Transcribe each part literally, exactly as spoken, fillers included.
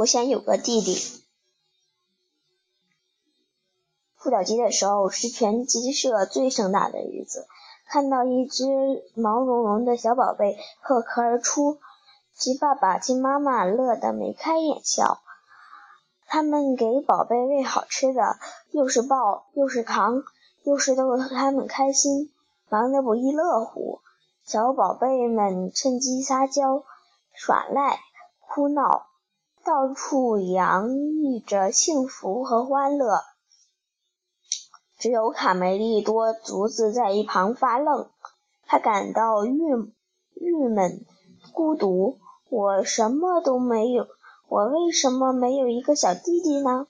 我想有个弟弟。孵小鸡的时候是全鸡舍最盛大的日子，看到一只毛茸茸的小宝贝破壳而出，鸡爸爸鸡妈妈乐得眉开眼笑。他们给宝贝喂好吃的，又是抱又是扛，又是逗得他们开心，忙得不亦乐乎。小宝贝们趁机撒娇耍赖哭闹，到处洋溢着幸福和欢乐。只有卡梅利多独自在一旁发愣，他感到郁郁闷孤独。我什么都没有，我为什么没有一个小弟弟呢？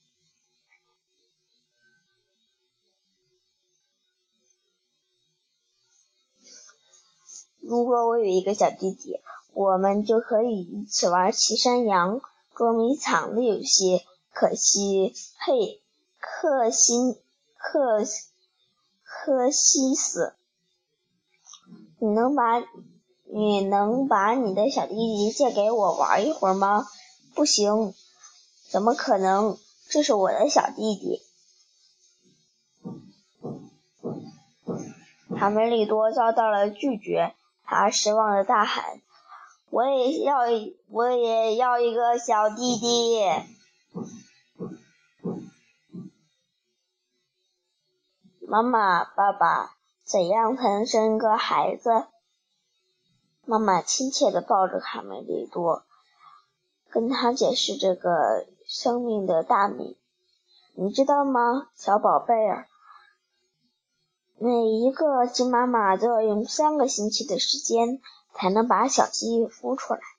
如果我有一个小弟弟，我们就可以一起玩骑山羊、捉迷藏的游戏。可惜，嘿，克西克克西斯，你能把你能把你的小弟弟借给我玩一会儿吗？不行，怎么可能？这是我的小弟弟。卡梅利多遭到了拒绝，他失望地大喊：我也要我也要一个小弟弟。妈妈，爸爸，怎样才能生一个孩子？妈妈亲切地抱着卡梅利多，跟他解释这个生命的大秘。你知道吗，小宝贝儿，每一个鸡妈妈都要用三个星期的时间才能把小鸡孵出来。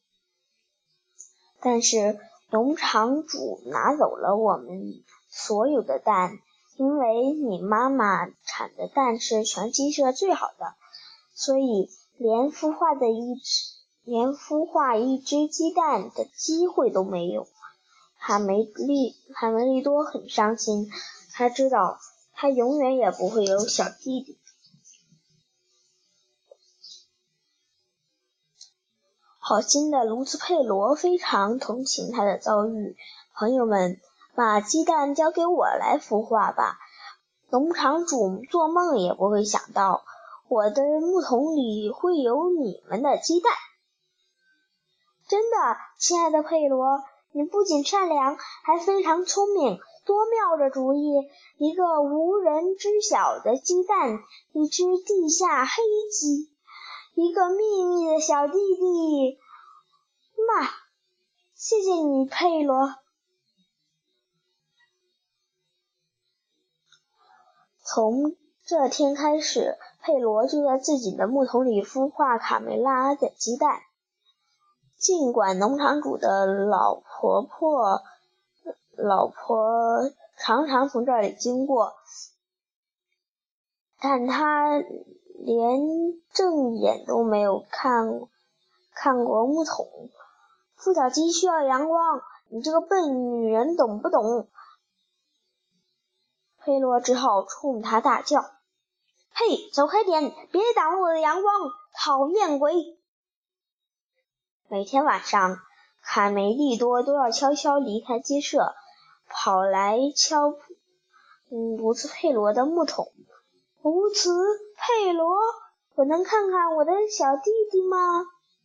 但是农场主拿走了我们所有的蛋，因为你妈妈产的蛋是全鸡舍最好的，所以连孵化的一只连孵化一只鸡蛋的机会都没有。卡梅利卡梅利多很伤心，他知道他永远也不会有小弟弟。好心的卢茨佩罗非常同情他的遭遇。朋友们，把鸡蛋交给我来孵化吧。农场主做梦也不会想到，我的木桶里会有你们的鸡蛋。真的，亲爱的佩罗，你不仅善良，还非常聪明，多妙的主意！一个无人知晓的鸡蛋，一只地下黑鸡，一个秘密的小弟弟。妈，谢谢你，佩罗。从这天开始，佩罗就在自己的木桶里孵化卡梅拉的鸡蛋。尽管农场主的老婆婆老婆常常从这里经过，但她连正眼都没有看看过木桶。孵小鸡需要阳光，你这个笨女人懂不懂？佩罗只好冲他大叫：嘿，走开点，别挡了我的阳光，讨厌鬼！每天晚上，卡梅利多都要悄悄离开鸡舍，跑来敲嗯卢茨佩罗的木桶。卢茨佩罗，我能看看我的小弟弟吗？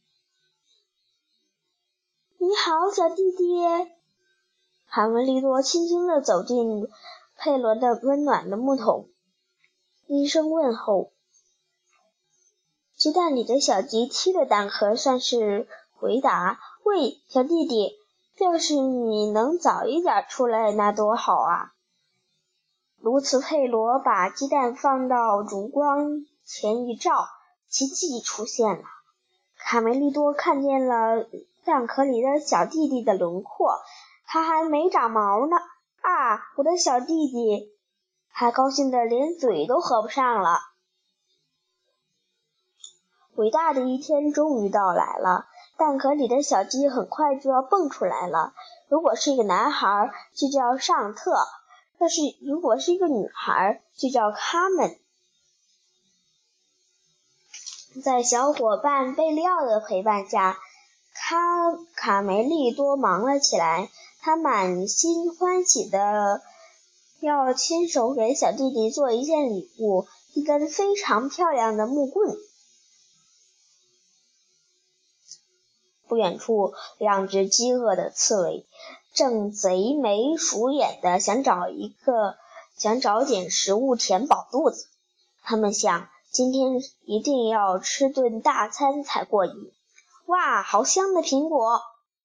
你好，小弟弟。卡梅利多轻轻地走进佩罗的温暖的木桶，低声问候。鸡蛋里的小鸡踢了蛋壳，算是回答：喂，小弟弟，要是你能早一点出来那多好啊。卢茨佩罗把鸡蛋放到烛光前一照，奇迹出现了。卡梅利多看见了蛋壳里的小弟弟的轮廓，他还没长毛呢。啊，我的小弟弟！他高兴得连嘴都合不上了。伟大的一天终于到来了，蛋壳里的小鸡很快就要蹦出来了。如果是一个男孩，就叫尚特；但是如果是一个女孩，就叫卡门。在小伙伴贝利奥的陪伴下， 卡卡梅利多忙了起来，他满心欢喜的要亲手给小弟弟做一件礼物，一根非常漂亮的木棍。不远处，两只饥饿的刺猬正贼眉鼠眼的想找一个想找点食物填饱肚子。他们想，今天一定要吃顿大餐才过瘾。哇，好香的苹果！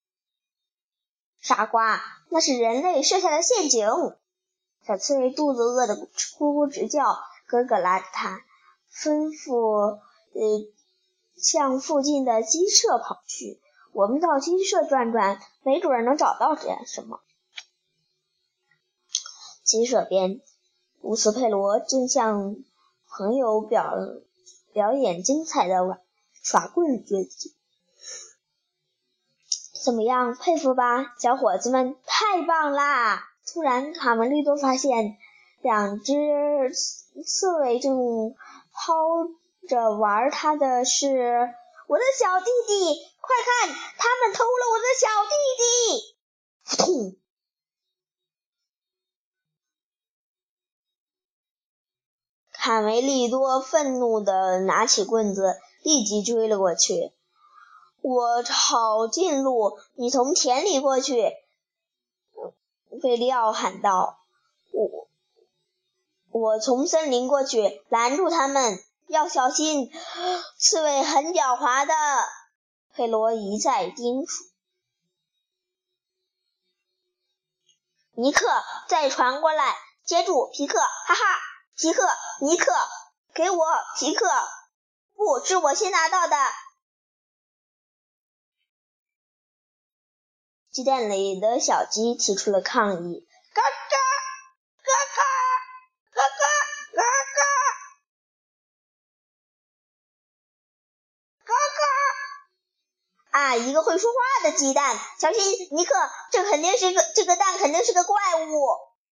傻瓜，那是人类设下的陷阱。小刺猬肚子饿得咕咕直叫，哥哥拉着他，吩咐呃向附近的鸡舍跑去。我们到鸡舍转转，没准能找到点什么。鸡舍边，乌斯佩罗正向朋友表表演精彩的玩耍棍绝技。怎么样，佩服吧，小伙子们，太棒啦！突然，卡梅利多发现两只刺猬正抛着玩他的是我的小弟弟，快看，他们偷了我的小弟弟！扑通！卡梅利多愤怒地拿起棍子，立即追了过去。我好近路，你从田里过去，贝利奥喊道。我我从森林过去，拦住他们，要小心，刺猬很狡猾的，佩罗一再叮嘱。尼克，再传过来，接住皮克，哈哈，皮克，尼克，给我，皮克，不是我先拿到的。鸡蛋里的小鸡提出了抗议，嘎嘎，嘎嘎，嘎嘎，嘎嘎，嘎嘎！啊，一个会说话的鸡蛋，小心，尼克，这肯定是个这个蛋肯定是个怪物。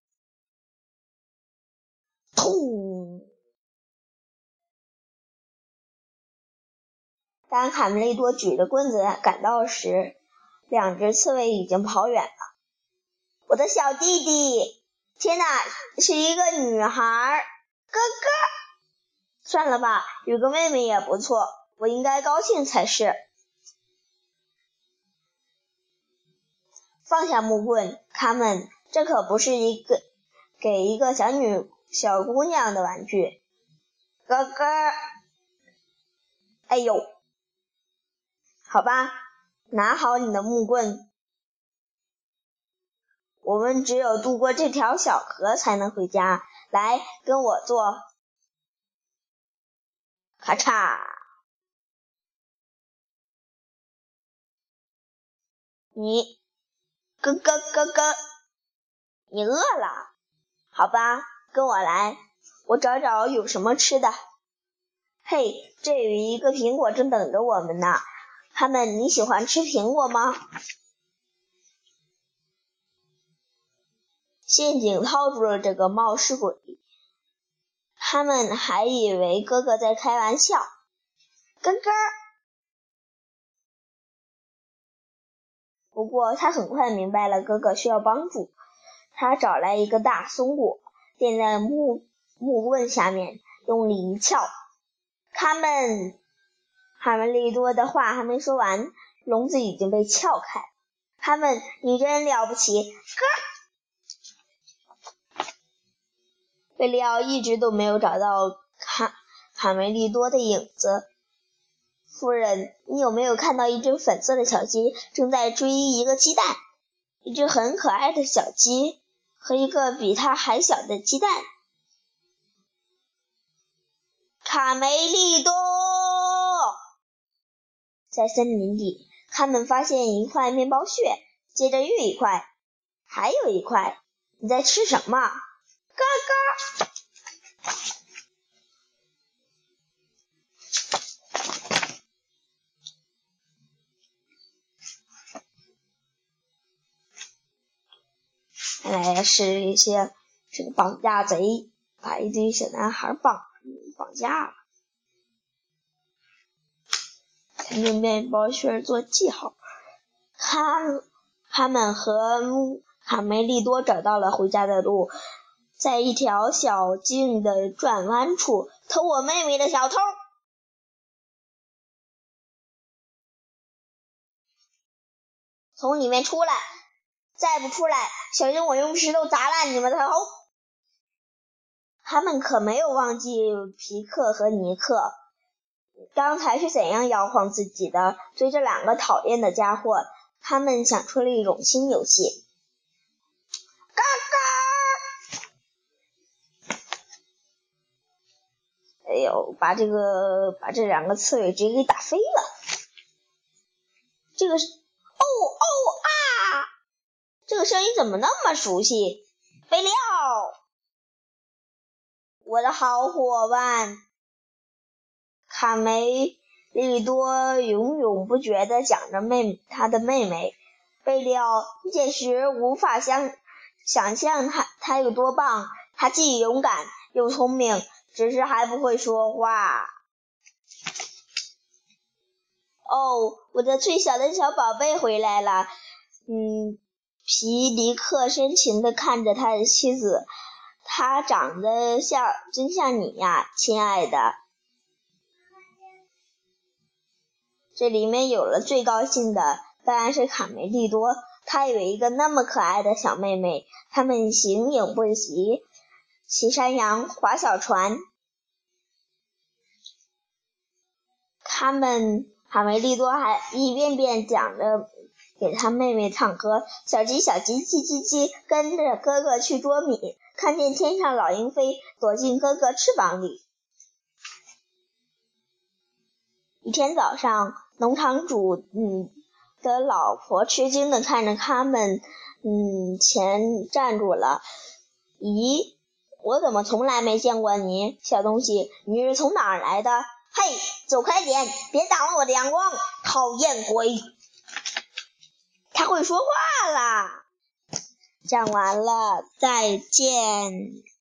砰！当卡梅利多举着棍子赶到时，两只刺猬已经跑远了。我的小弟弟，天哪，是一个女孩，哥哥。算了吧，有个妹妹也不错，我应该高兴才是。放下木棍，卡门，这可不是一个给一个小女小姑娘的玩具。哥哥，哎呦，好吧，拿好你的木棍。我们只有渡过这条小河才能回家。来，跟我做。咔嚓！你，咯咯咯咯，你饿了？好吧，跟我来，我找找有什么吃的。嘿，这有一个苹果正等着我们呢。他们，你喜欢吃苹果吗？陷阱套住了这个冒失鬼，他们还以为哥哥在开玩笑。咯咯。不过他很快明白了哥哥需要帮助，他找来一个大松果，垫在木木棍下面，用力一撬。他们，卡梅利多的话还没说完，笼子已经被撬开。他们，你真了不起，哥。贝利奥一直都没有找到卡卡梅利多的影子。夫人，你有没有看到一只粉色的小鸡正在追一个鸡蛋？一只很可爱的小鸡和一个比它还小的鸡蛋。卡梅利多！在森林里，他们发现一块面包屑，接着又一块，还有一块。你在吃什么？嘎嘎！看来是一些是个绑架贼，把一堆小男孩绑绑架了，才用面包屑做记号。 他他们和卡梅利多找到了回家的路，在一条小径的转弯处，偷我妹妹的小偷！从里面出来，再不出来，小心我用石头砸烂你们的头！他们可没有忘记皮克和尼克，刚才是怎样摇晃自己的。对这两个讨厌的家伙，他们想出了一种新游戏。嘎嘎！哎呦，把这个把这两个刺猬直接给打飞了。这个是哦哦啊！这个声音怎么那么熟悉？贝利奥，我的好伙伴！卡梅利多永永不绝地讲着妹他的妹妹贝利奥，简直无法想想象他他有多棒。他既勇敢又聪明，只是还不会说话。哦，我的最小的小宝贝回来了。嗯，皮迪克深情地看着他的妻子，他长得像真像你呀，亲爱的。这里面有了最高兴的当然是卡梅利多，他有一个那么可爱的小妹妹，他们形影不离，骑山羊，划小船。他们卡梅利多还一遍遍讲着给他妹妹唱歌，小鸡小鸡叽叽叽，跟着哥哥去捉米，看见天上老鹰飞，躲进哥哥翅膀里。一天早上，农场主嗯的老婆吃惊地看着他们嗯前站住了。咦，我怎么从来没见过你，小东西，你是从哪儿来的？嘿，走开点，别挡了我的阳光，讨厌鬼！他会说话啦！讲完了，再见。